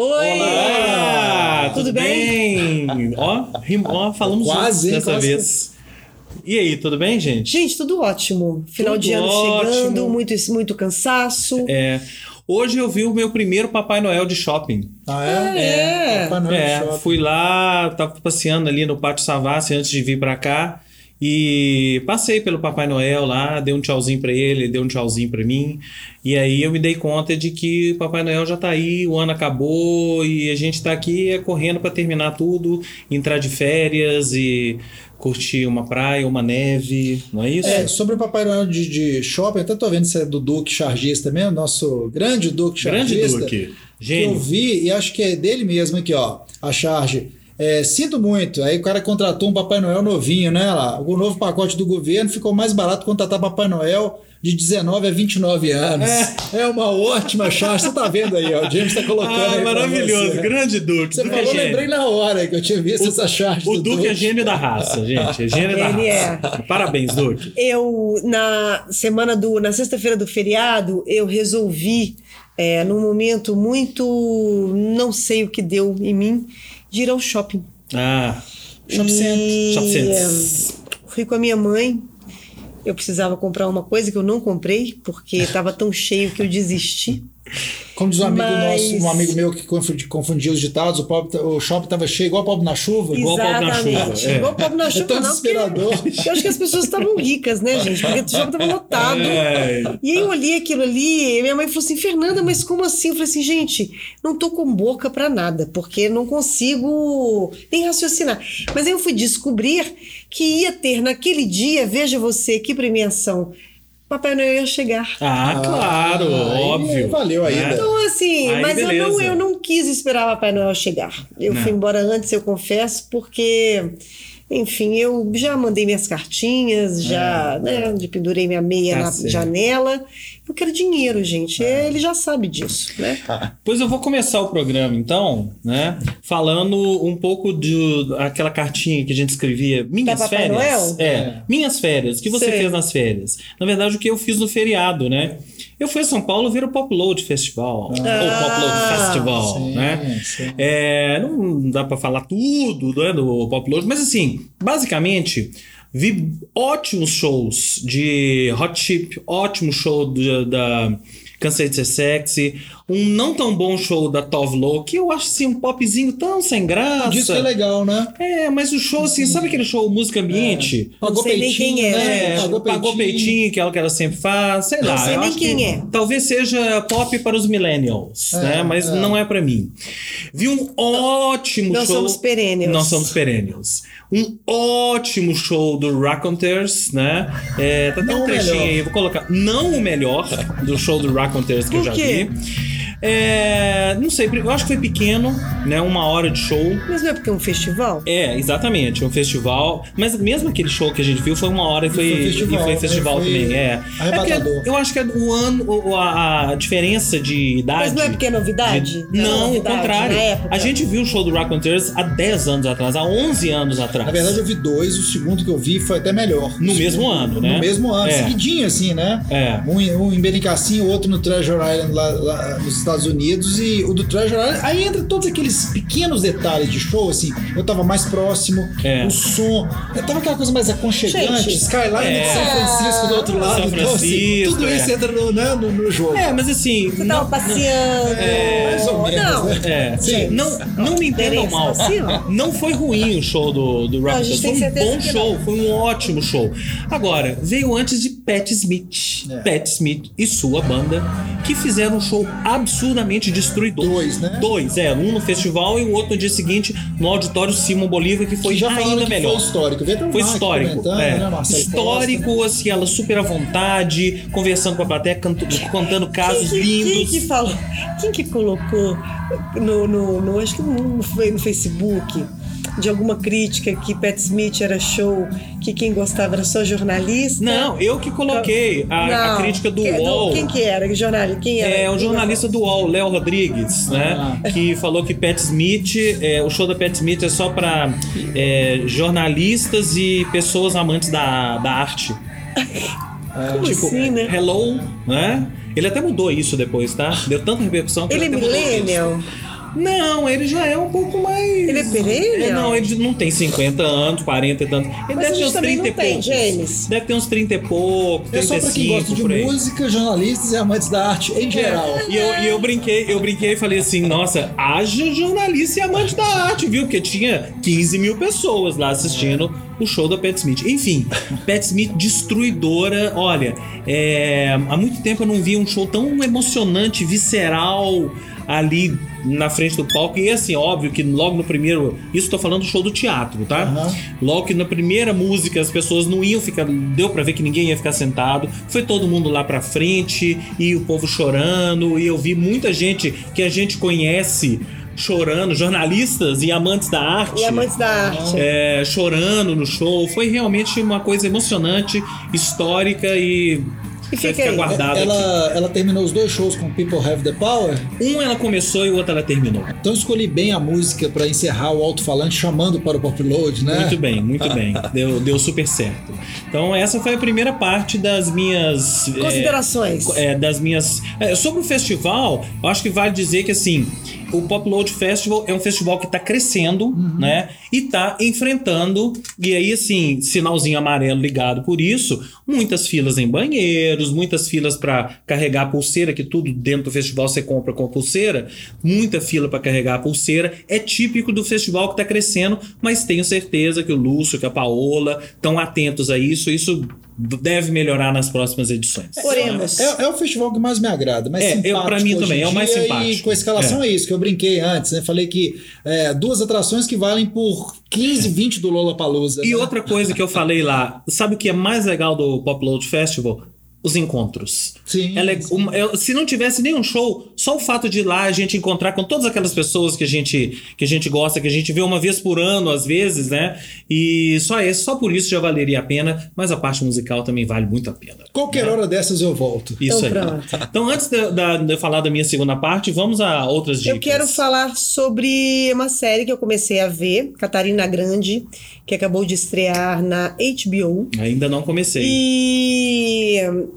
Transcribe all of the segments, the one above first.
Oi! Olá! Tudo bem? Falamos quase dessa vez. E aí, tudo bem, gente? Gente, tudo ótimo. Final de ano chegando, muito cansaço. Hoje eu vi o meu primeiro Papai Noel de shopping. Papai Noel de shopping. Fui lá, tava passeando ali no Pátio Savassi antes de vir pra cá. E passei pelo Papai Noel lá, dei um tchauzinho pra ele deu um tchauzinho pra mim. E aí eu me dei conta de que o Papai Noel já tá aí, o ano acabou e a gente tá aqui correndo pra terminar tudo, entrar de férias e curtir uma praia, uma neve, não é isso? Sobre o Papai Noel de shopping, até tô vendo se é do Duque Chargista mesmo, nosso grande Duque Chargista. Grande Duque, gênio. Que eu vi e acho que é dele mesmo aqui, ó, a charge. Sinto muito, aí o cara contratou um Papai Noel novinho, né? Lá, o novo pacote do governo ficou mais barato contratar Papai Noel de 19 a 29 anos. É uma ótima charge, você tá vendo aí, ó, o James tá colocando aí. Maravilhoso, grande Duque. Você falou, lembrei na hora que eu tinha visto essa charge. O Duque é gênio da raça, gente, é gênio da raça. Parabéns, Duque. Eu, na sexta-feira do feriado, eu resolvi, num momento muito, não sei o que deu em mim, de ir ao shopping. Shopping Center. Fui com a minha mãe. Eu precisava comprar uma coisa que eu não comprei, porque estava tão cheio que eu desisti. Como diz um amigo meu que confundia os ditados, o shopping estava cheio igual pobre na chuva. Igual pobre na chuva. Igual pobre na chuva, tão desesperador. Eu acho que as pessoas estavam ricas, né, gente? Porque o shopping estava lotado. E aí eu olhei aquilo ali, e minha mãe falou assim, Fernanda, mas como assim? Eu falei assim, gente, não tô com boca pra nada, porque não consigo nem raciocinar. Mas aí eu fui descobrir que ia ter naquele dia, veja você, que premiação, Papai Noel ia chegar. Claro, óbvio. Valeu ainda. Então, assim, mas eu não quis esperar o Papai Noel chegar. Eu fui embora antes, eu confesso, porque, enfim, eu já mandei minhas cartinhas, já pendurei minha meia na janela. Eu quero dinheiro, gente. Ele já sabe disso, né? Pois eu vou começar o programa, então, né? Falando um pouco daquela cartinha que a gente escrevia. Minhas da férias. Papai Noel? Minhas férias. O que você fez nas férias? Na verdade, o que eu fiz no feriado, né? Eu fui a São Paulo ver o Pop Load Festival. Ou Pop Load Festival, né? Sim. Não dá pra falar tudo, né, do Pop Load, mas assim, basicamente, vi ótimos shows de Hot Chip, ótimo show da Cansei de Ser Sexy, um não tão bom show da Tove Lo, que eu acho assim um popzinho tão sem graça. O disco é legal, né? Mas o show assim, sabe aquele show música ambiente? Pagou peitinho, né? Pagou peitinho, que é o que ela sempre faz, sei lá. Não sei nem quem é. Talvez seja pop para os millennials, né? Mas não é para mim. Vi um ótimo show. Nós somos perennials. Um ótimo show do Raconteurs, né? Tá até um trechinho aí, vou colocar. Não o melhor do show do Raconteurs que eu já vi. Não sei, eu acho que foi pequeno, né? 1 hora de show. Mas não é porque é um festival? Exatamente, um festival. Mas mesmo aquele show que a gente viu foi 1 hora e foi festival também. Arrebatador. Eu acho que é o ano, a diferença de idade. Mas não é porque é novidade? Não, o contrário. A gente viu o show do Raconteurs há 10 anos atrás, há 11 anos atrás. Na verdade, eu vi 2, o segundo que eu vi foi até melhor. No mesmo ano, né? No mesmo ano, seguidinho assim, né? Um em Benicassim, o outro no Treasure Island lá nos Estados Unidos, e o do Treasure Island, aí entra todos aqueles pequenos detalhes de show, assim, eu tava mais próximo, o som, tava aquela coisa mais aconchegante, Skyline de São Francisco do outro lado, então, assim, tudo isso entra no jogo. Mas assim... Você tava passeando... mais ou menos, né? Sim, não me entendam mal. Não foi ruim o show do Rockstars, foi um bom show, foi um ótimo show. Agora, veio antes de Pat Smith e sua banda, que fizeram um show absurdamente destruidor. 2, né? 2, um no festival e o outro no dia seguinte no auditório Simon Bolívar, que foi ainda melhor. Foi histórico. Foi histórico. Histórico, assim, ela super à vontade, conversando com a plateia, contando casos lindos. Quem que colocou acho que no Facebook, de alguma crítica que Pat Smith era show, que quem gostava era só jornalista? Não, eu que coloquei a crítica do UOL. Quem que era? Quem era? O jornalista do UOL, Léo Rodrigues, né? Que falou que Pat Smith, o show da Pat Smith é só para jornalistas e pessoas amantes da arte. Como assim, né? Hello, né? Ele até mudou isso depois, tá? Deu tanta repercussão que ele é millennial? Não, ele já é um pouco mais... Ele é perennial? Não, ele não tem 50 anos, 40 e tantos. Ele mas deve ter uns 30 e poucos. James. Deve ter uns 30 e poucos, 35, só pra quem gosta de música, jornalistas e amantes da arte em geral. E eu brinquei e falei assim, nossa, haja jornalista e amante da arte, viu? Porque tinha 15 mil pessoas lá assistindo o show da Patti Smith. Enfim, Patti Smith destruidora. Olha, há muito tempo eu não via um show tão emocionante, visceral ali na frente do palco. E assim, óbvio que logo no primeiro... Isso tô falando do show do teatro, tá? Logo que na primeira música as pessoas não iam ficar... Deu pra ver que ninguém ia ficar sentado. Foi todo mundo lá pra frente e o povo chorando. E eu vi muita gente que a gente conhece chorando, jornalistas e amantes da arte. Chorando no show. Foi realmente uma coisa emocionante, histórica e fica guardada. Ela terminou os 2 shows com People Have the Power? Um ela começou e o outro ela terminou. Então eu escolhi bem a música pra encerrar o alto-falante chamando para o Pop Load, né? Muito bem, muito bem. Deu super certo. Então essa foi a primeira parte das minhas... Considerações. Das minhas... sobre o festival, eu acho que vale dizer que assim... O Pop Load Festival é um festival que está crescendo, né? E está enfrentando, e aí assim, sinalzinho amarelo ligado por isso, muitas filas em banheiros, muitas filas para carregar a pulseira, que tudo dentro do festival você compra com a pulseira, muita fila para carregar a pulseira. É típico do festival que está crescendo, mas tenho certeza que o Lúcio, que a Paola estão atentos a isso. Isso deve melhorar nas próximas edições. Oremos. É o festival que mais me agrada, mais simpático. Pra mim também, é o mais simpático. E com a escalação é isso, que eu brinquei antes, né? Falei que 2 atrações que valem por 15, 20 do Lollapalooza. E né? outra coisa que eu falei lá, sabe o que é mais legal do Pop Load Festival? Os encontros. Sim. Se não tivesse nenhum show, só o fato de ir lá a gente encontrar com todas aquelas pessoas que a gente gosta, que a gente vê uma vez por ano, às vezes, né? E só por isso já valeria a pena, mas a parte musical também vale muito a pena. Qualquer hora dessas eu volto. Isso aí. Então, antes de eu falar da minha segunda parte, vamos a outras dicas. Eu quero falar sobre uma série que eu comecei a ver, Catarina Grande, que acabou de estrear na HBO. Ainda não comecei. E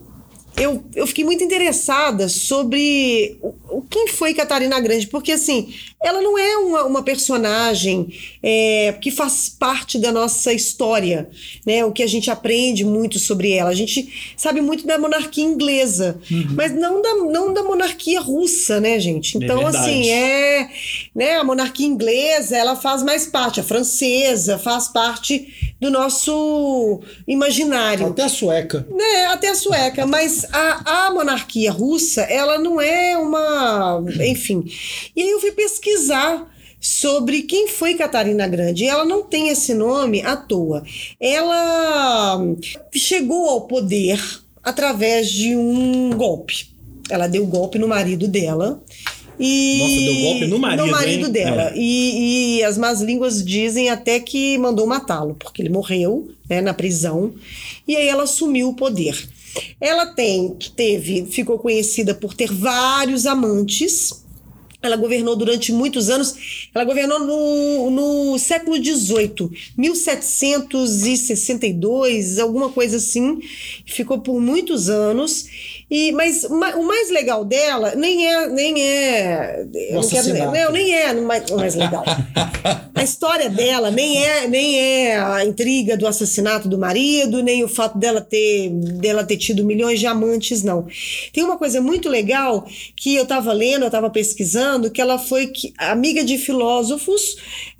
eu fiquei muito interessada sobre quem foi Catarina Grande, porque assim, ela não é uma personagem que faz parte da nossa história, né? O que a gente aprende muito sobre ela. A gente sabe muito da monarquia inglesa, mas não da monarquia russa, né, gente? Então, assim, né, a monarquia inglesa, ela faz mais parte, a francesa faz parte do nosso imaginário. Até a sueca. Até a sueca, mas a monarquia russa, ela não é uma... Enfim. E aí eu fui pesquisar sobre quem foi Catarina Grande. E ela não tem esse nome à toa. Ela chegou ao poder através de um golpe. Ela deu golpe no marido dela. Nossa, deu golpe no marido dela. E as más línguas dizem até que mandou matá-lo, porque ele morreu, né, na prisão. E aí ela assumiu o poder. Ela ficou conhecida por ter vários amantes. Ela governou durante muitos anos. Ela governou no século XVIII, 1762, alguma coisa assim. Ficou por muitos anos. Mas o mais legal dela nem é o mais legal. A história dela nem é a intriga do assassinato do marido, nem o fato dela ter tido milhões de amantes, não. Tem uma coisa muito legal que eu estava lendo, eu estava pesquisando, que ela foi amiga de filósofos,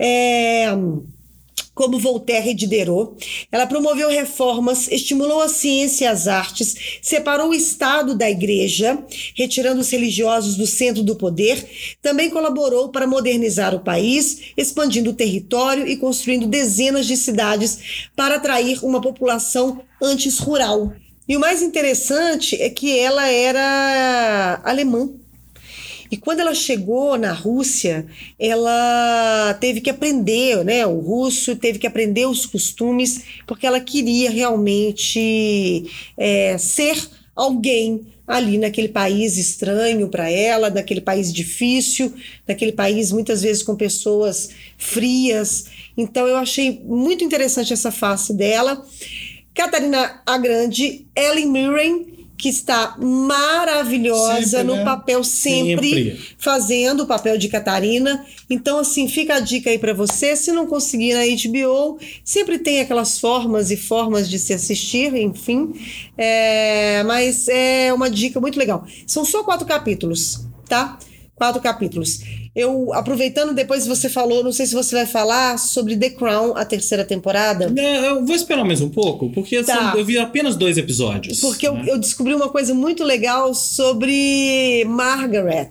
como Voltaire e Diderot. Ela promoveu reformas, estimulou a ciência e as artes, separou o Estado da Igreja, retirando os religiosos do centro do poder. Também colaborou para modernizar o país, expandindo o território e construindo dezenas de cidades para atrair uma população antes rural. E o mais interessante é que ela era alemã. E quando ela chegou na Rússia, ela teve que aprender, né, o russo, teve que aprender os costumes, porque ela queria realmente ser alguém ali naquele país estranho para ela, naquele país difícil, naquele país muitas vezes com pessoas frias. Então eu achei muito interessante essa face dela. Catarina a Grande, Ellen Mirren, que está maravilhosa no papel, sempre fazendo o papel de Catarina. Então, assim, fica a dica aí para você. Se não conseguir na HBO, sempre tem aquelas formas e formas de se assistir, enfim. Mas é uma dica muito legal. São só 4 capítulos, tá? 4 capítulos. Eu, aproveitando, depois você falou, não sei se você vai falar sobre The Crown, a 3ª temporada. Eu vou esperar mais um pouco, porque eu vi apenas 2 episódios. Porque eu descobri uma coisa muito legal sobre Margaret.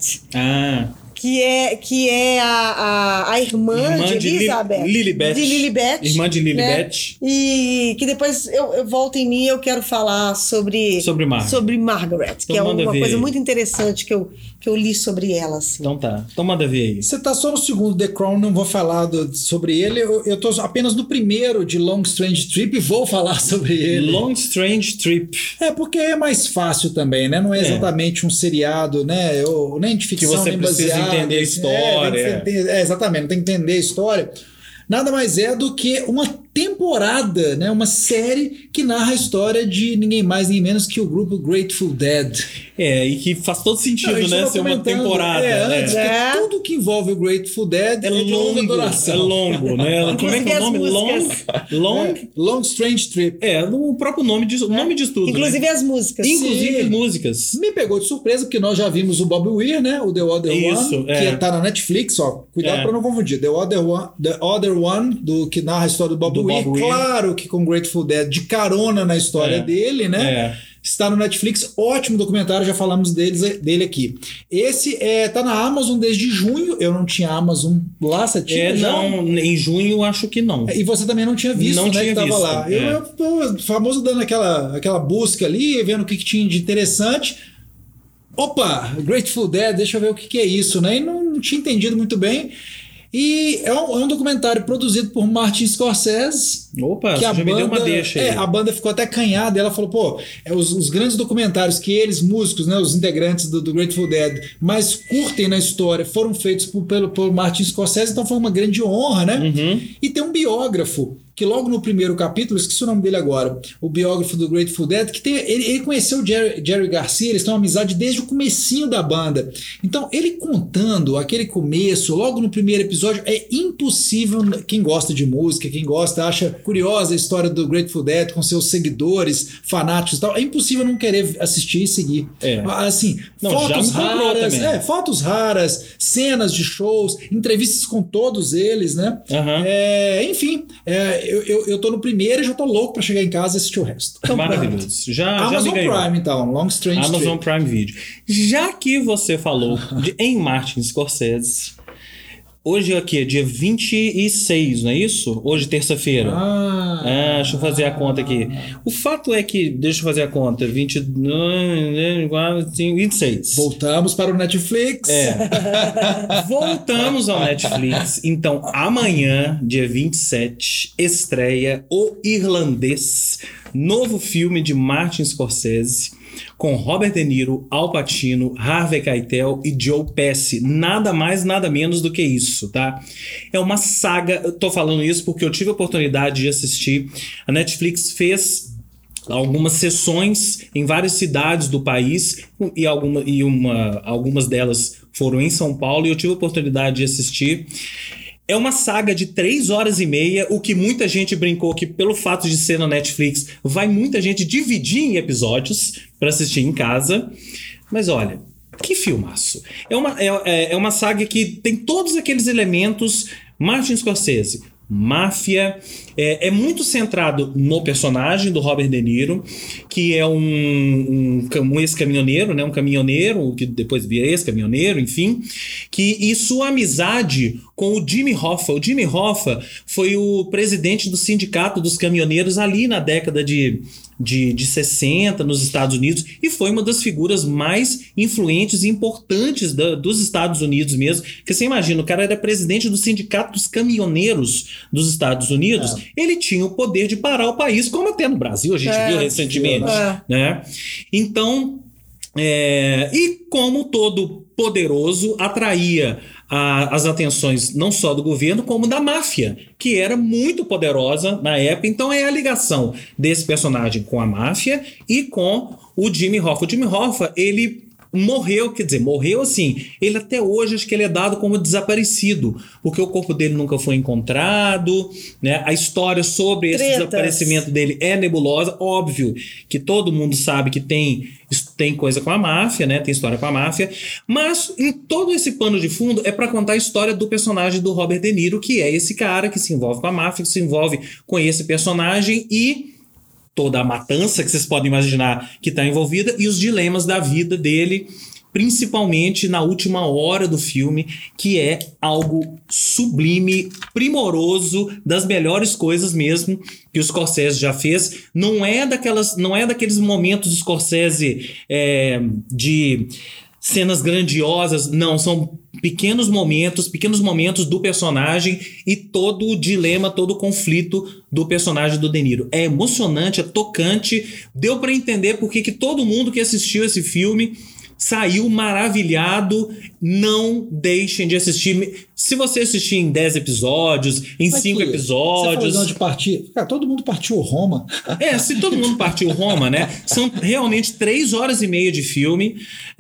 Que é a irmã de Elizabeth. De Lilibet. Irmã de Lilibet. Né? E que depois eu volto em mim e eu quero falar sobre Margaret, então, que é uma coisa muito interessante que eu li sobre ela. Assim. Então tá. Então manda ver aí. Você tá só no segundo The Crown, não vou falar sobre ele. Eu tô apenas no primeiro de Long Strange Trip e vou falar sobre ele. Long Strange Trip. Porque é mais fácil também, né? Não é exatamente um seriado, né? Nem de ficção, que você nem precisa baseado. Entender a história. Exatamente, tem que entender a história. Nada mais é do que uma temporada, né? Uma série que narra a história de ninguém mais, ninguém menos que o grupo Grateful Dead. E que faz todo sentido, né? Ser uma temporada. Porque tudo que envolve o Grateful Dead é de longa duração. É longo, né? Como é que é o nome? Long Strange Trip. O próprio nome diz tudo. Inclusive as músicas. Inclusive as músicas. Me pegou de surpresa, porque nós já vimos o Bob Weir, né? O The Other One, que tá na Netflix, ó. Cuidado pra não confundir. The Other One, que narra a história do Bob Weir. Claro que com Grateful Dead de carona na história dele, né? Está no Netflix, ótimo documentário, já falamos dele aqui. Esse tá na Amazon desde junho, eu não tinha Amazon lá, você tinha já? Não, em junho acho que não. E você também não tinha visto, que tava lá. Eu famoso dando aquela busca ali, vendo o que tinha de interessante. Opa, Grateful Dead, deixa eu ver o que é isso, né? E não tinha entendido muito bem. E é um documentário produzido por Martin Scorsese. Opa, que já me deu uma deixa aí. A banda ficou até acanhada. Ela falou, os grandes documentários que eles, músicos, né, os integrantes do Grateful Dead, mais curtem na história, foram feitos por Martin Scorsese, então foi uma grande honra, né? E tem um biógrafo, que logo no primeiro capítulo, esqueci o nome dele agora, o biógrafo do Grateful Dead, que ele conheceu o Jerry Garcia, eles têm uma amizade desde o comecinho da banda. Então, ele contando aquele começo, logo no primeiro episódio, é impossível, quem gosta de música, quem gosta, acha curiosa a história do Grateful Dead, com seus seguidores, fanáticos e tal, é impossível não querer assistir e seguir. Assim, fotos raras, cenas de shows, entrevistas com todos eles, né? Enfim, eu tô no primeiro e já tô louco pra chegar em casa e assistir o resto. Então, maravilhoso. Amazon Prime, então. Long Strange Trip. Amazon Prime Video. Já que você falou em Martin Scorsese, hoje é aqui, dia 26, não é isso? Hoje, terça-feira. Deixa eu fazer a conta aqui. O fato é que, deixa eu fazer a conta, 26. Voltamos para o Netflix. Voltamos ao Netflix. Então, amanhã, dia 27, estreia O Irlandês, novo filme de Martin Scorsese, com Robert De Niro, Al Pacino, Harvey Keitel e Joe Pesci. Nada mais, nada menos do que isso, tá? É uma saga, eu tô falando isso porque eu tive a oportunidade de assistir. A Netflix fez algumas sessões em várias cidades do país e algumas delas foram em São Paulo e eu tive a oportunidade de assistir. É uma saga de 3 horas e meia, o que muita gente brincou que pelo fato de ser na Netflix, vai muita gente dividir em episódios para assistir em casa. Mas olha, que filmaço. É uma saga que tem todos aqueles elementos Martin Scorsese. Máfia, é muito centrado no personagem do Robert De Niro, que é um ex-caminhoneiro, né? Um caminhoneiro que depois vira ex-caminhoneiro, enfim, e sua amizade com o Jimmy Hoffa. O Jimmy Hoffa foi o presidente do sindicato dos caminhoneiros ali na década de 60 nos Estados Unidos e foi uma das figuras mais influentes e importantes dos Estados Unidos mesmo, porque você imagina, o cara era presidente do sindicato dos caminhoneiros dos Estados Unidos, ele tinha o poder de parar o país, como até no Brasil a gente viu recentemente, né? Então E como todo poderoso, atraía as atenções não só do governo, como da máfia, que era muito poderosa na época. Então é a ligação desse personagem com a máfia e com o Jimmy Hoffa. O Jimmy Hoffa, ele morreu assim, ele até hoje acho que ele é dado como desaparecido, porque o corpo dele nunca foi encontrado, né? A história sobre esse desaparecimento dele é nebulosa. Óbvio que todo mundo sabe que tem coisa com a máfia, né? Tem história com a máfia, mas em todo esse pano de fundo é para contar a história do personagem do Robert De Niro, que é esse cara que se envolve com a máfia, que se envolve com esse personagem e toda a matança que vocês podem imaginar que está envolvida e os dilemas da vida dele, principalmente na última hora do filme, que é algo sublime, primoroso, das melhores coisas mesmo que o Scorsese já fez. Não é daqueles momentos do Scorsese de cenas grandiosas, não, são pequenos momentos do personagem e todo o dilema, todo o conflito do personagem do De Niro. É emocionante, é tocante, deu para entender porque que todo mundo que assistiu esse filme saiu maravilhado. Não deixem de assistir. Se você assistir em 10 episódios, em 5 episódios... Você falou de partir... Cara, todo mundo partiu Roma. Se todo mundo partiu Roma, né? São realmente 3 horas e meia de filme.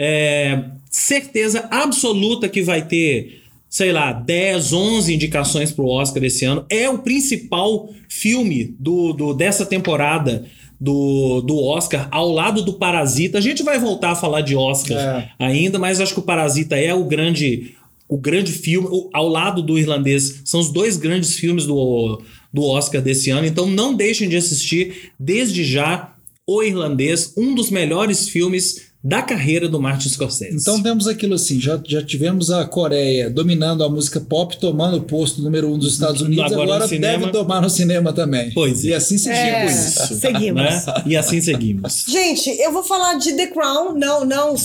Certeza absoluta que vai ter, sei lá, 10, 11 indicações pro Oscar esse ano. É o principal filme dessa temporada do Oscar, ao lado do Parasita. A gente vai voltar a falar de Oscar ainda, mas acho que o Parasita é o grande filme, ao lado do Irlandês. São os 2 grandes filmes do Oscar desse ano, então não deixem de assistir desde já O Irlandês, um dos melhores filmes da carreira do Martin Scorsese. Então temos aquilo assim, já tivemos a Coreia dominando a música pop, tomando o posto número 1 dos Estados Unidos, agora deve domar no cinema também. Pois é. E assim seguimos. Seguimos. Né? E assim seguimos. Gente, eu vou falar de The Crown, não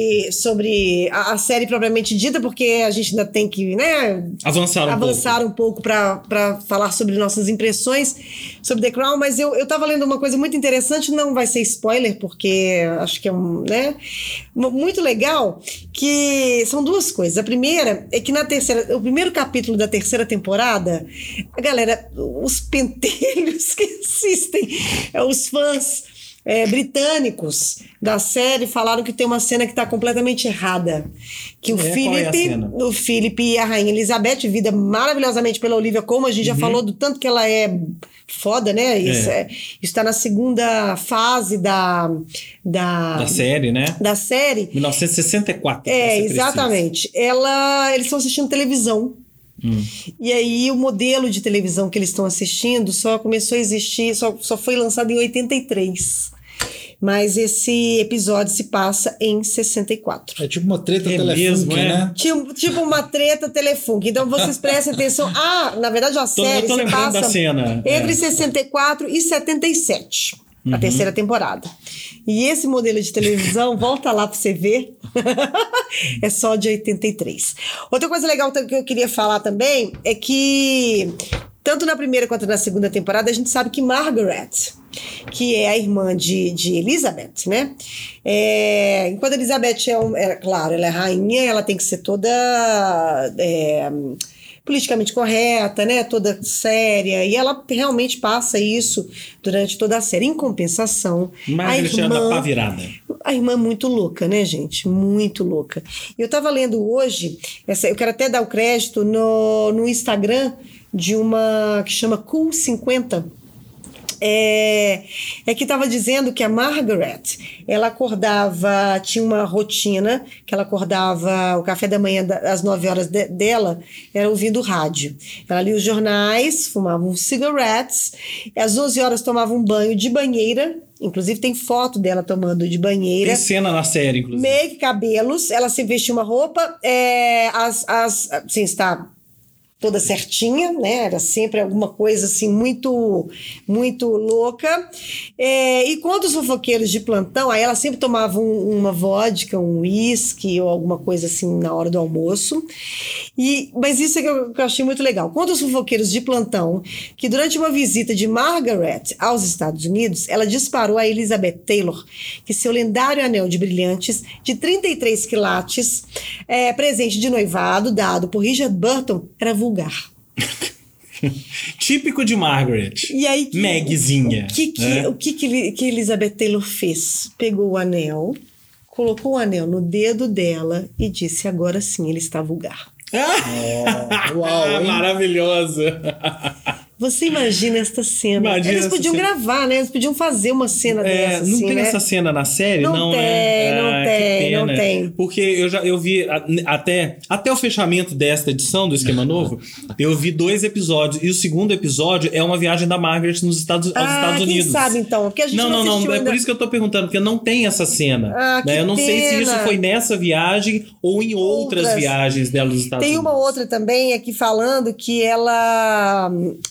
sobre a série propriamente dita, porque a gente ainda tem que, né, avançar um pouco para falar sobre nossas impressões sobre The Crown, mas eu tava lendo uma coisa muito interessante, não vai ser spoiler, porque acho que é muito legal, que são 2 coisas. A primeira é que o primeiro capítulo da 3ª temporada, a galera, os pentelhos que assistem, os fãs britânicos da série falaram que tem uma cena que está completamente errada, que o Philip e a Rainha Elizabeth, vivida maravilhosamente pela Olivia Colman, a gente já falou do tanto que ela é foda, né? Isso está na 2ª fase da série, né? Da série. 1964. Exatamente. Eles estão assistindo televisão. E aí o modelo de televisão que eles estão assistindo só começou a existir, só foi lançado em 83. Mas esse episódio se passa em 64. É tipo uma treta telefônica, né? Tipo uma treta telefônica. Então vocês prestem atenção. Na verdade a série se passa entre 64 e 77. A 3ª temporada. E esse modelo de televisão, volta lá pra você ver, é só de 83. Outra coisa legal que eu queria falar também é que, tanto na 1ª quanto na 2ª temporada, a gente sabe que Margaret, que é a irmã de Elizabeth, né? Enquanto Elizabeth claro, ela é rainha, ela tem que ser toda... politicamente correta, né? Toda séria, e ela realmente passa isso durante toda a série. Em compensação, a irmã é muito louca, né, gente? Muito louca. Eu tava lendo hoje, eu quero até dar o crédito no Instagram de uma que chama Cool 50. Que estava dizendo que a Margaret, ela acordava, tinha uma rotina, que ela acordava, o café da manhã às 9 horas dela era ouvindo rádio. Ela lia os jornais, fumava uns cigarettes, às 11 horas tomava um banho de banheira, inclusive tem foto dela tomando de banheira. Tem cena na série, inclusive. Make, cabelos, ela se vestia uma roupa, sem estar toda certinha, né? Era sempre alguma coisa assim muito, muito louca. E quando os fofoqueiros de plantão, aí ela sempre tomava uma vodka, um uísque ou alguma coisa assim na hora do almoço. Mas isso é que eu achei muito legal. Quando os fofoqueiros de plantão, que durante uma visita de Margaret aos Estados Unidos, ela disparou a Elizabeth Taylor que seu lendário anel de brilhantes de 33 quilates, presente de noivado dado por Richard Burton, era vulgar. Típico de Margaret. E aí, Megzinha. O que Elizabeth Taylor fez? Pegou o anel, colocou o anel no dedo dela e disse: agora sim ele está vulgar. Uau, maravilhosa. Você imagina esta cena? Eles podiam gravar, né? Eles podiam fazer uma cena dessa. Não assim, tem né? essa cena na série? Não tem. Porque eu vi até o fechamento desta edição do Esquema Novo, eu vi 2 episódios. E o segundo episódio é uma viagem da Margaret aos Estados Unidos. Quem sabe então? Porque a gente não é por isso que eu tô perguntando, porque não tem essa cena. Né? Eu não sei se isso foi nessa viagem ou em outras viagens dela nos Estados Unidos. Tem uma outra também aqui falando que ela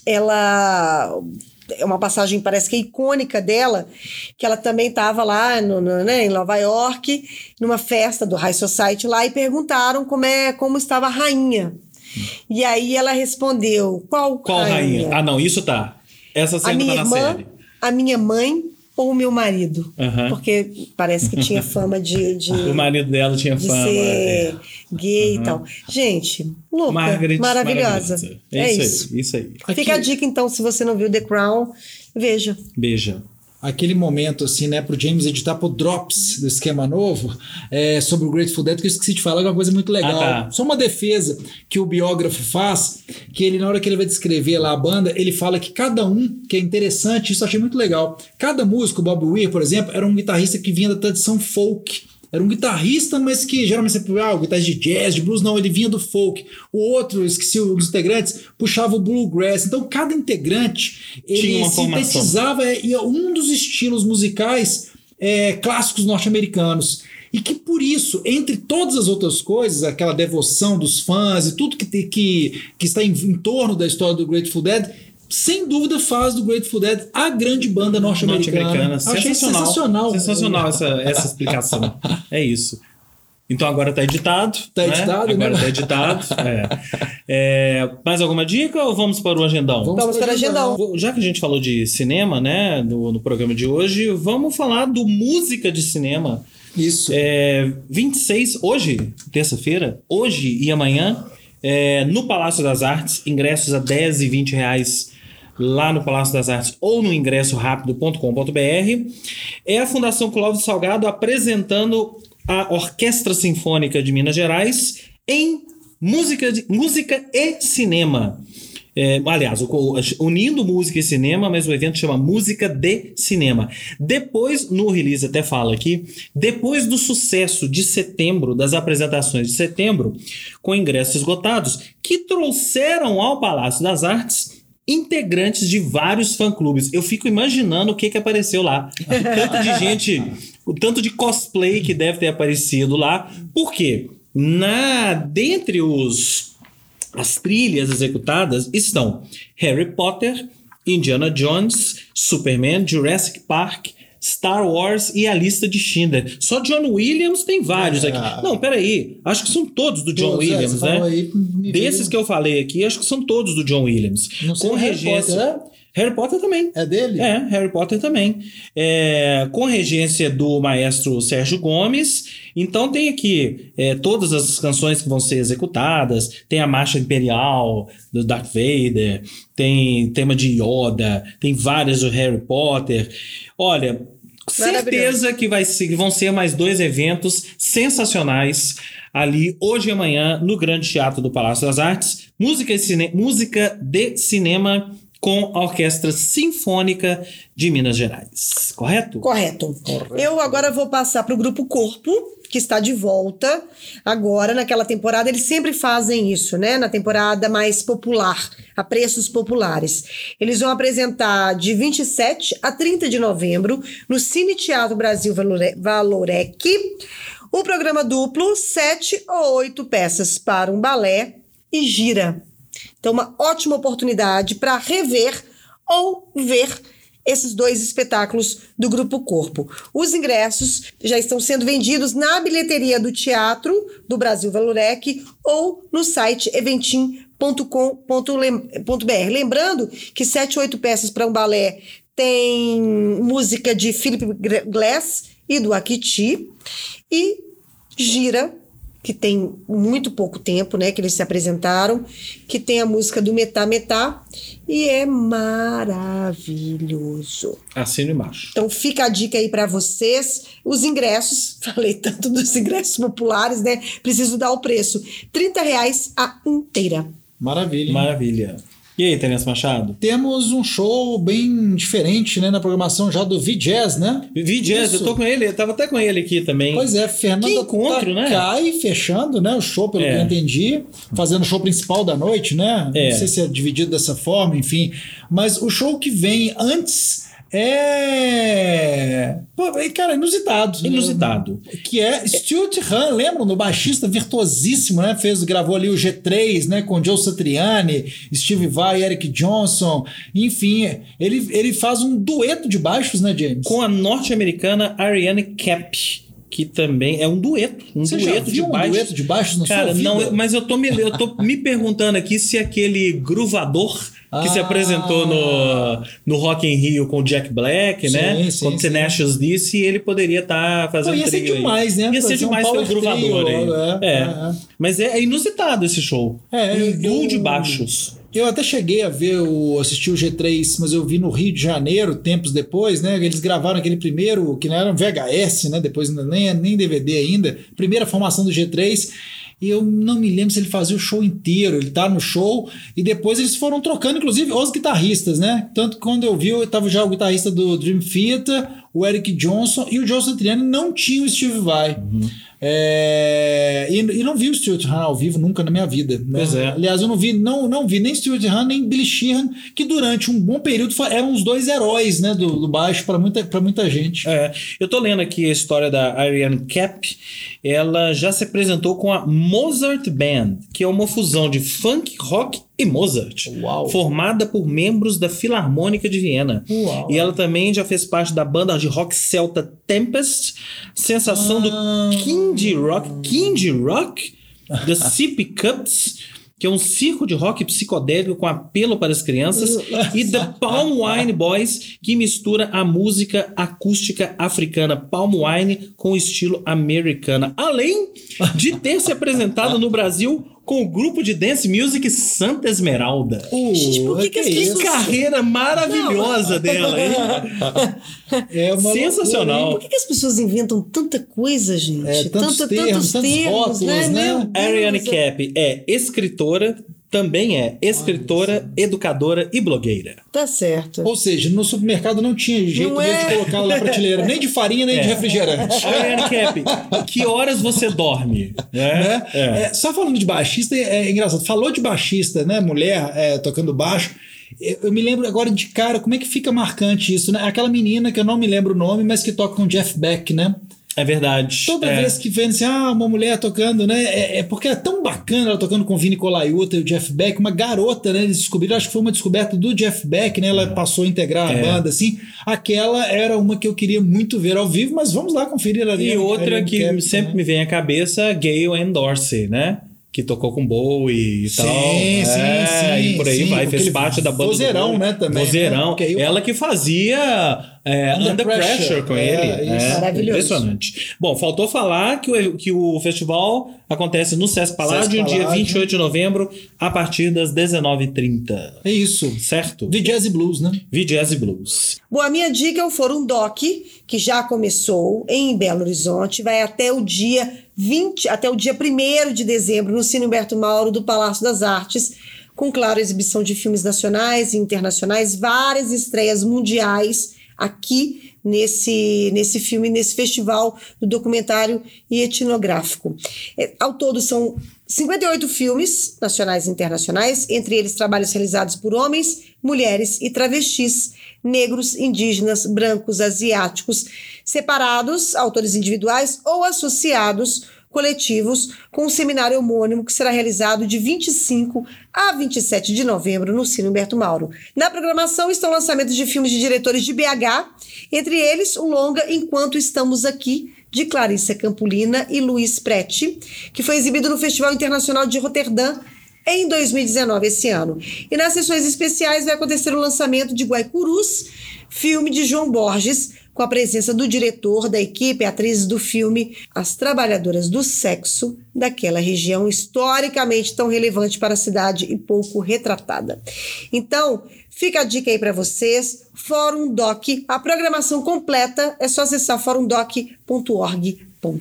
é uma passagem, parece que é icônica dela, que ela também estava lá em Nova York, numa festa do High Society lá, e perguntaram como estava a rainha. E aí ela respondeu: Qual rainha? Ah, não, isso tá. Essa cena tá na série. A minha mãe ou o meu marido? Porque parece que tinha fama de o marido dela tinha fama de ser gay e tal. Gente, louca, Margaret, maravilhosa. É isso aí. Fica a dica então, se você não viu The Crown, veja. Beija. Aquele momento, assim, né, pro James editar pro Drops do Esquema Novo, sobre o Grateful Dead, que eu esqueci de falar, é uma coisa muito legal. Só uma defesa que o biógrafo faz, que ele, na hora que ele vai descrever lá a banda, ele fala que cada um, que é interessante, isso eu achei muito legal, cada músico, o Bob Weir, por exemplo, era um guitarrista que vinha da tradição folk. Era um guitarrista, mas que geralmente você o guitarrista de jazz, de blues, não, ele vinha do folk. O outro, esqueci um dos integrantes, puxava o bluegrass. Então, cada integrante, ele sintetizava um dos estilos musicais clássicos norte-americanos. E que por isso, entre todas as outras coisas, aquela devoção dos fãs e tudo que está em torno da história do Grateful Dead, sem dúvida faz do Grateful Dead a grande banda norte-americana. Sensacional essa explicação. É isso. Então agora tá editado. Agora tá editado. Mais alguma dica ou vamos para o agendão? Vamos para o agendão. Já que a gente falou de cinema, né, no programa de hoje, vamos falar do música de cinema. Isso. 26, hoje, terça-feira, hoje e amanhã, no Palácio das Artes, ingressos a R$10 e R$20 lá no Palácio das Artes ou no ingressorapido.com.br. É a Fundação Clóvis Salgado apresentando a Orquestra Sinfônica de Minas Gerais em música e cinema. Aliás, unindo música e cinema, mas o evento chama Música de Cinema. Depois, no release até fala aqui, depois do sucesso de setembro, das apresentações de setembro, com ingressos esgotados, que trouxeram ao Palácio das Artes integrantes de vários fã-clubes. Eu fico imaginando o que apareceu lá. O tanto de gente, o tanto de cosplay que deve ter aparecido lá. Por quê? Dentre as trilhas executadas estão Harry Potter, Indiana Jones, Superman, Jurassic Park, Star Wars e a lista de Schindler. Só John Williams tem vários aqui. Não, peraí. Acho que são todos do John Williams, né? Desses que eu falei aqui, acho que são todos do John Williams. Não sei, com regência. Harry Potter também. É dele? Harry Potter também. Com regência do maestro Sérgio Gomes. Então tem aqui todas as canções que vão ser executadas. Tem a Marcha Imperial do Darth Vader. Tem tema de Yoda. Tem várias do Harry Potter. Olha, certeza que vão ser mais 2 eventos sensacionais ali hoje e amanhã no Grande Teatro do Palácio das Artes. Música de cinema com a Orquestra Sinfônica de Minas Gerais. Correto? Correto. Eu agora vou passar para o Grupo Corpo, que está de volta agora naquela temporada. Eles sempre fazem isso, né? Na temporada mais popular, a preços populares. Eles vão apresentar de 27 a 30 de novembro no Cine Teatro Brasil Valorec o programa duplo 7 ou 8 peças para um balé e gira. Então, uma ótima oportunidade para rever ou ver esses 2 espetáculos do Grupo Corpo. Os ingressos já estão sendo vendidos na bilheteria do Teatro do Brasil Valorec ou no site eventim.com.br. Lembrando que 7 ou 8 peças para um balé tem música de Philip Glass e do Akiti, e Gira, que tem muito pouco tempo, né, que eles se apresentaram, que tem a música do Metá Metá, e é maravilhoso. Assino embaixo. Então fica a dica aí para vocês. Os ingressos, falei tanto dos ingressos populares, né, preciso dar o preço, R$30 a inteira. Maravilha. Maravilha. E aí, Terence Machado? Temos um show bem diferente, né, na programação já do V-Jazz, né? V-Jazz, eu tô com ele, eu tava até com ele aqui também. Pois é, Fernanda Takai, fechando, né, o show, pelo que eu entendi, fazendo o show principal da noite, né? Não sei se é dividido dessa forma, enfim. Mas o show que vem antes cara, inusitado. Inusitado. Né? Que é Stuart Hahn, lembram? No baixista virtuosíssimo, né? Gravou ali o G3, né? Com Joe Satriani, Steve Vai, Eric Johnson. Enfim, ele faz um dueto de baixos, né, James? Com a norte-americana Ariane Cap, que também é um dueto. Você já viu um dueto de baixos na sua vida? Não, mas eu tô me perguntando aqui se aquele gruvador que se apresentou no Rock in Rio com o Jack Black, né? Como o Tenacious disse, ele poderia estar fazendo ia ser demais, né? Ia ser demais ter o gruvador aí. Mas é inusitado esse show. Um duo de baixos. Eu até cheguei a assistir o G3, mas eu vi no Rio de Janeiro, tempos depois, né? Eles gravaram aquele primeiro, que não era um VHS, né? Depois nem DVD ainda. Primeira formação do G3. E eu não me lembro se ele fazia o show inteiro. Ele tá no show e depois eles foram trocando, inclusive, os guitarristas, né? Tanto que quando eu vi, eu tava já o guitarrista do Dream Theater, o Eric Johnson e o Joe Satriani não tinha o Steve Vai. E não vi o Stuart Hahn ao vivo nunca na minha vida, né? Pois é. Aliás, eu não vi nem Stuart Hahn nem Billy Sheehan, que durante um bom período eram os 2 heróis, né, do baixo para muita gente. Eu tô lendo aqui a história da Ariane Cap. Ela já se apresentou com a Mozart Band, que é uma fusão de funk, rock e Mozart. Uau. Formada por membros da Filarmônica de Viena. Uau. E ela também já fez parte da banda de rock celta Tempest, sensação do Kindy Rock, The Sippy Cups, que é um circo de rock psicodélico com apelo para as crianças, e The Palm Wine Boys, que mistura a música acústica africana Palm Wine com o estilo americana, além de ter se apresentado no Brasil com o grupo de dance music Santa Esmeralda. Gente, por que as pessoas... carreira maravilhosa dela, hein? Sensacional. Por que as pessoas inventam tanta coisa, gente? Tantos termos, rótulos, né? Ariane Cap é escritora, também é escritora, educadora e blogueira. Tá certo. Ou seja, no supermercado não tinha jeito de colocar lá na prateleira, nem de farinha, nem de refrigerante. Ariane Cap, que horas você dorme? Só falando de baixista, é engraçado. Falou de baixista, né? Mulher tocando baixo. Eu me lembro agora de cara, como é que fica marcante isso, né? Aquela menina que eu não me lembro o nome, mas que toca com Jeff Beck, né? É verdade. Toda vez que vem assim, uma mulher tocando, né? Porque é tão bacana ela tocando com o Vini Colaiuta e o Jeff Beck, uma garota, né? Eles descobriram, acho que foi uma descoberta do Jeff Beck, né? Ela passou a integrar a banda, assim. Aquela era uma que eu queria muito ver ao vivo, mas vamos lá conferir ali. E outra que sempre me vem à cabeça, Gayle Ann Dorsey, né? Que tocou com Bowie e tal. Sim. E por aí vai. Fez parte da banda Vozeirão, né? Também. Vozeirão. Né? Ela que fazia Under Pressure com ele. Maravilhoso. Impressionante. Bom, faltou falar que o festival acontece no Sesc Palladium, dia 28 de novembro, a partir das 19h30. É isso. Certo? V-Jazz e Blues, né? V-Jazz e Blues. Bom, a minha dica é o Fórum Doc, que já começou em Belo Horizonte, vai até o dia 1º de dezembro no Cine Humberto Mauro do Palácio das Artes, com, claro, exibição de filmes nacionais e internacionais, várias estreias mundiais aqui nesse filme, nesse festival do documentário e etnográfico. Ao todo são 58 filmes nacionais e internacionais, entre eles trabalhos realizados por homens, mulheres e travestis, negros, indígenas, brancos, asiáticos, separados, autores individuais ou associados coletivos com um seminário homônimo que será realizado de 25 a 27 de novembro no Cine Humberto Mauro. Na programação estão lançamentos de filmes de diretores de BH, entre eles o longa Enquanto Estamos Aqui, de Clarissa Campolina e Luiz Preti, que foi exibido no Festival Internacional de Roterdã em 2019, esse ano. E nas sessões especiais vai acontecer o lançamento de Guaicurus, filme de João Borges, com a presença do diretor, da equipe e atrizes do filme As Trabalhadoras do Sexo, daquela região historicamente tão relevante para a cidade e pouco retratada. Então, fica a dica aí para vocês, Fórum Doc, a programação completa é só acessar forumdoc.org.br.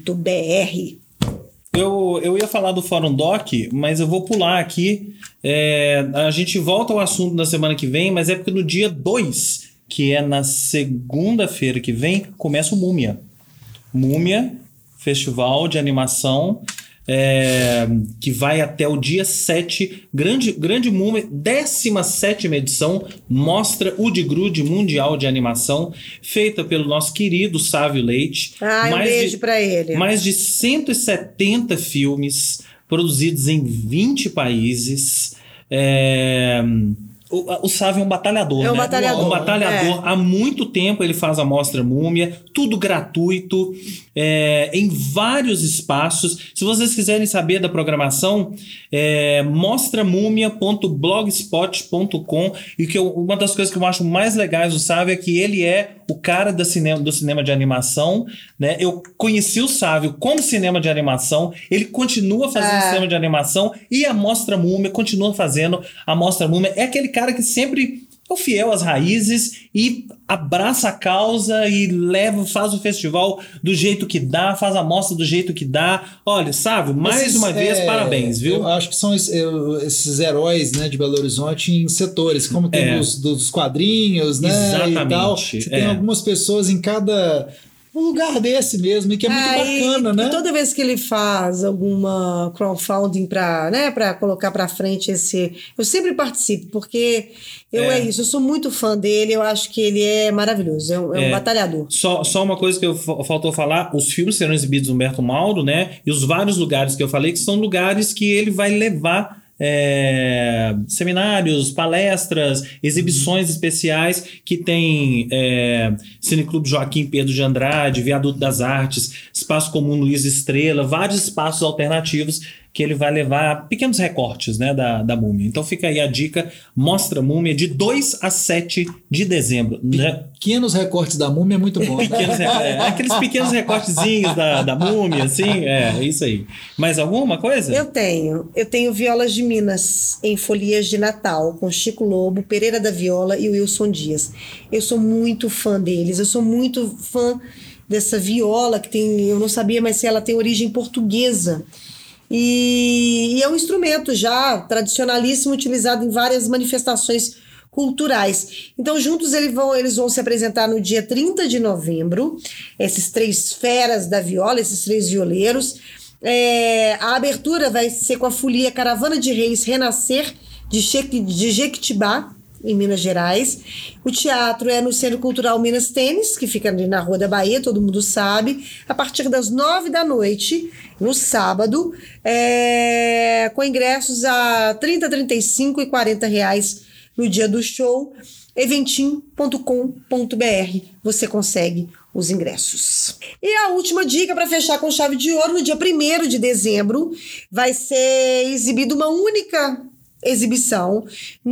Eu ia falar do Fórum Doc, mas eu vou pular aqui. A gente volta ao assunto na semana que vem, mas é porque no dia 2, que é na segunda-feira que vem, começa o Múmia. Múmia, festival de animação, que vai até o dia 7. Grande Múmia, 17ª edição, mostra o de grude mundial de animação, feita pelo nosso querido Sávio Leite. Um beijo para ele. Mais de 170 filmes produzidos em 20 países. O Sávio é um batalhador, né? Batalhador. Um batalhador. Há muito tempo ele faz a Mostra Múmia, tudo gratuito, em vários espaços. Se vocês quiserem saber da programação, mostramumia.blogspot.com. E uma das coisas que eu acho mais legais do Sávio é que ele é o cara do cinema de animação, né? Eu conheci o Sávio como cinema de animação, ele continua fazendo cinema de animação e a Mostra Múmia continua fazendo a Mostra Múmia. É aquele cara que sempre é fiel às raízes e abraça a causa e faz o festival do jeito que dá, faz a mostra do jeito que dá. Olha, Sávio, mais uma vez, parabéns, viu? Eu acho que são esses heróis, né, de Belo Horizonte em setores, como tem dos quadrinhos, né? Exatamente. E tal. Você tem algumas pessoas em cada lugar desse mesmo, e que é muito bacana, né? E toda vez que ele faz alguma crowdfunding para colocar para frente eu sempre participo, porque eu sou muito fã dele, eu acho que ele é maravilhoso, é um batalhador. Só uma coisa que faltou falar, os filmes serão exibidos no Humberto Mauro, né? E os vários lugares que eu falei, que são lugares que ele vai levar seminários, palestras, exibições especiais, que tem Cineclube Joaquim Pedro de Andrade, Viaduto das Artes, Espaço Comum Luiz Estrela, vários espaços alternativos que ele vai levar pequenos recortes, né, da Múmia. Então fica aí a dica, Mostra Múmia, de 2 a 7 de dezembro. Pequenos recortes da Múmia é muito bom. Aqueles pequenos recortezinhos da Múmia, assim, é isso aí. Mais alguma coisa? Eu tenho Violas de Minas, em Folias de Natal, com Chico Lobo, Pereira da Viola e Wilson Dias. Eu sou muito fã deles, eu sou muito fã dessa viola que eu não sabia, mas se ela tem origem portuguesa. E é um instrumento já tradicionalíssimo, utilizado em várias manifestações culturais. Então, juntos eles vão se apresentar no dia 30 de novembro, esses 3 feras da viola, esses 3 violeiros. A abertura vai ser com a folia Caravana de Reis Renascer, de Jequitibá, em Minas Gerais. O teatro é no Centro Cultural Minas Tênis, que fica ali na Rua da Bahia, todo mundo sabe, a partir das 9 da noite, no sábado, com ingressos a R$30, R$35 e R$40 no dia do show. Eventim.com.br, você consegue os ingressos. E a última dica para fechar com chave de ouro, no dia 1º de dezembro, vai ser exibida uma única exibição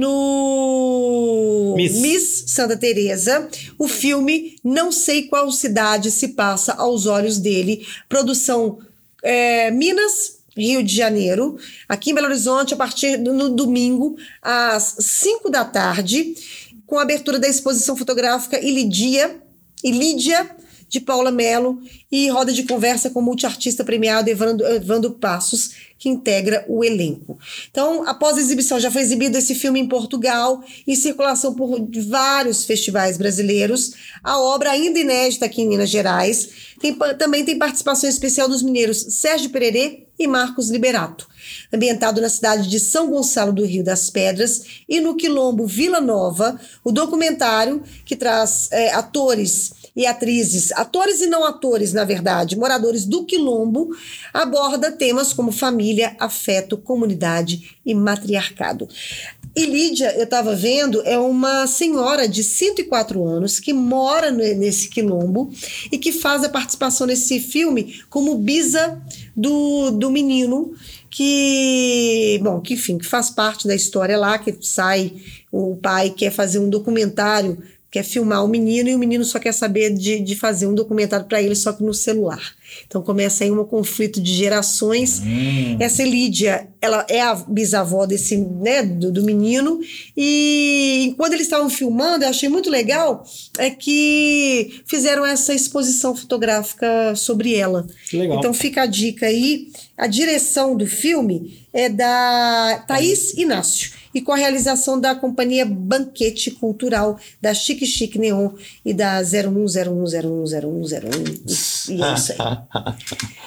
no Miss Santa Teresa, o filme Não Sei Qual Cidade Se Passa aos Olhos Dele, produção Minas, Rio de Janeiro, aqui em Belo Horizonte, a partir no domingo, às 5 da tarde, com a abertura da exposição fotográfica Lídia, de Paula Mello, e roda de conversa com o multiartista premiado Evandro Passos, que integra o elenco. Então, após a exibição, já foi exibido esse filme em Portugal, em circulação por vários festivais brasileiros. A obra, ainda inédita aqui em Minas Gerais, também tem participação especial dos mineiros Sérgio Pererê e Marcos Liberato. Ambientado na cidade de São Gonçalo do Rio das Pedras e no quilombo Vila Nova, o documentário, que traz atores e atrizes, atores e não atores, na verdade, moradores do Quilombo, aborda temas como família, afeto, comunidade e matriarcado. E Lídia, eu estava vendo, é uma senhora de 104 anos que mora nesse quilombo e que faz a participação nesse filme como bisa do menino que faz parte da história lá, que sai, o pai quer fazer um documentário, quer filmar o menino e o menino só quer saber de fazer um documentário para ele, só que no celular. Então começa aí um conflito de gerações. Essa Lídia, ela é a bisavó desse, né, do menino, e quando eles estavam filmando, eu achei muito legal, é que fizeram essa exposição fotográfica sobre ela. Legal. Então fica a dica aí. A direção do filme é da Thaís Inácio, e com a realização da companhia Banquete Cultural, da Chique Chique Neon e da 0101010101. E é isso aí.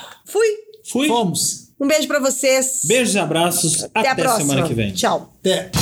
Fui. Fomos. Um beijo pra vocês. Beijos e abraços. Até a próxima. Semana que vem. Tchau. Até.